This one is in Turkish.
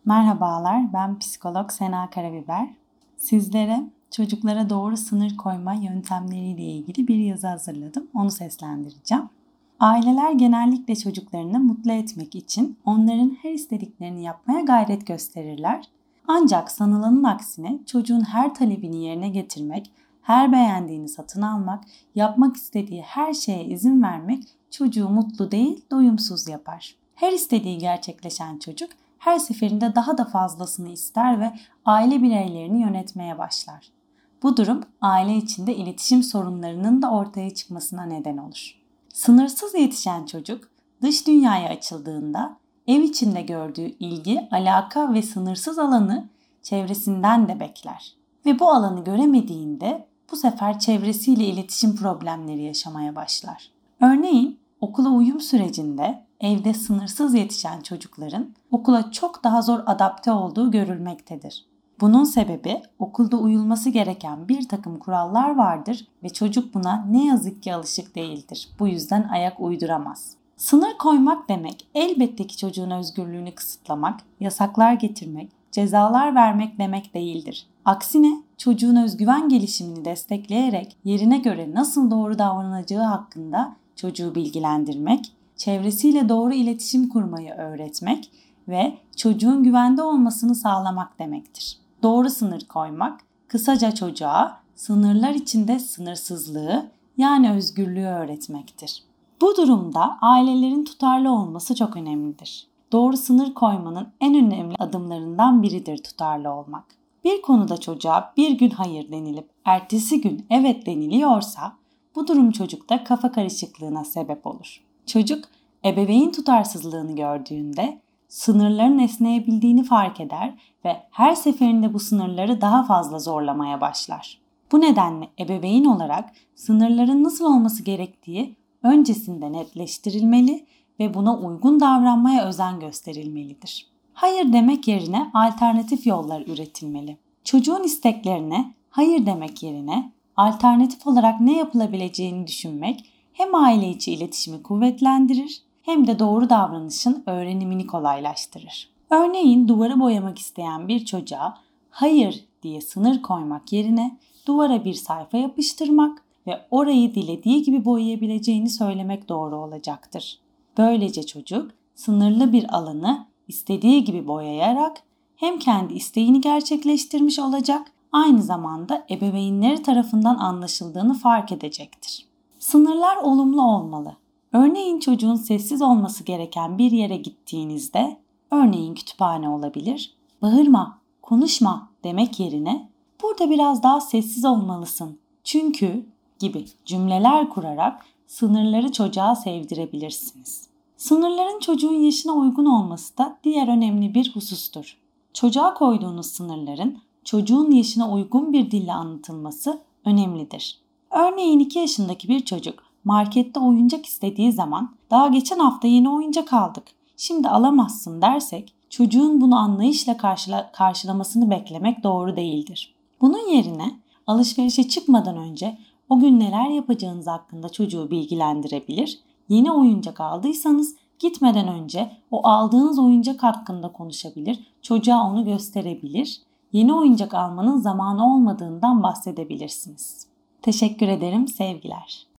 Merhabalar, ben psikolog Sena Karabiber. Sizlere çocuklara doğru sınır koyma yöntemleriyle ilgili bir yazı hazırladım. Onu seslendireceğim. Aileler genellikle çocuklarını mutlu etmek için onların her istediklerini yapmaya gayret gösterirler. Ancak sanılanın aksine çocuğun her talebini yerine getirmek, her beğendiğini satın almak, yapmak istediği her şeye izin vermek çocuğu mutlu değil, doyumsuz yapar. Her istediği gerçekleşen çocuk her seferinde daha da fazlasını ister ve aile bireylerini yönetmeye başlar. Bu durum aile içinde iletişim sorunlarının da ortaya çıkmasına neden olur. Sınırsız yetişen çocuk dış dünyaya açıldığında ev içinde gördüğü ilgi, alaka ve sınırsız alanı çevresinden de bekler. Ve bu alanı göremediğinde bu sefer çevresiyle iletişim problemleri yaşamaya başlar. Örneğin okula uyum sürecinde evde sınırsız yetişen çocukların okula çok daha zor adapte olduğu görülmektedir. Bunun sebebi okulda uyulması gereken bir takım kurallar vardır ve çocuk buna ne yazık ki alışık değildir. Bu yüzden ayak uyduramaz. Sınır koymak demek elbette ki çocuğun özgürlüğünü kısıtlamak, yasaklar getirmek, cezalar vermek demek değildir. Aksine çocuğun özgüven gelişimini destekleyerek yerine göre nasıl doğru davranacağı hakkında çocuğu bilgilendirmek, çevresiyle doğru iletişim kurmayı öğretmek ve çocuğun güvende olmasını sağlamak demektir. Doğru sınır koymak, kısaca çocuğa sınırlar içinde sınırsızlığı yani özgürlüğü öğretmektir. Bu durumda ailelerin tutarlı olması çok önemlidir. Doğru sınır koymanın en önemli adımlarından biridir tutarlı olmak. Bir konuda çocuğa bir gün hayır denilip ertesi gün evet deniliyorsa bu durum çocukta kafa karışıklığına sebep olur. Çocuk ebeveyn tutarsızlığını gördüğünde sınırların esneyebildiğini fark eder ve her seferinde bu sınırları daha fazla zorlamaya başlar. Bu nedenle ebeveyn olarak sınırların nasıl olması gerektiği öncesinde netleştirilmeli ve buna uygun davranmaya özen gösterilmelidir. Hayır demek yerine alternatif yollar üretilmeli. Çocuğun isteklerine hayır demek yerine alternatif olarak ne yapılabileceğini düşünmek hem aile içi iletişimi kuvvetlendirir hem de doğru davranışın öğrenimini kolaylaştırır. Örneğin duvarı boyamak isteyen bir çocuğa hayır diye sınır koymak yerine duvara bir sayfa yapıştırmak ve orayı dilediği gibi boyayabileceğini söylemek doğru olacaktır. Böylece çocuk sınırlı bir alanı istediği gibi boyayarak hem kendi isteğini gerçekleştirmiş olacak, aynı zamanda ebeveynleri tarafından anlaşıldığını fark edecektir. Sınırlar olumlu olmalı. Örneğin çocuğun sessiz olması gereken bir yere gittiğinizde, örneğin kütüphane olabilir, bağırma, konuşma demek yerine burada biraz daha sessiz olmalısın çünkü gibi cümleler kurarak sınırları çocuğa sevdirebilirsiniz. Sınırların çocuğun yaşına uygun olması da diğer önemli bir husustur. Çocuğa koyduğunuz sınırların çocuğun yaşına uygun bir dille anlatılması önemlidir. Örneğin 2 yaşındaki bir çocuk markette oyuncak istediği zaman daha geçen hafta yeni oyuncak aldık, şimdi alamazsın dersek çocuğun bunu anlayışla karşılamasını beklemek doğru değildir. Bunun yerine alışverişe çıkmadan önce o gün neler yapacağınız hakkında çocuğu bilgilendirebilir, yeni oyuncak aldıysanız gitmeden önce o aldığınız oyuncak hakkında konuşabilir, çocuğa onu gösterebilir, yeni oyuncak almanın zamanı olmadığından bahsedebilirsiniz. Teşekkür ederim, sevgiler.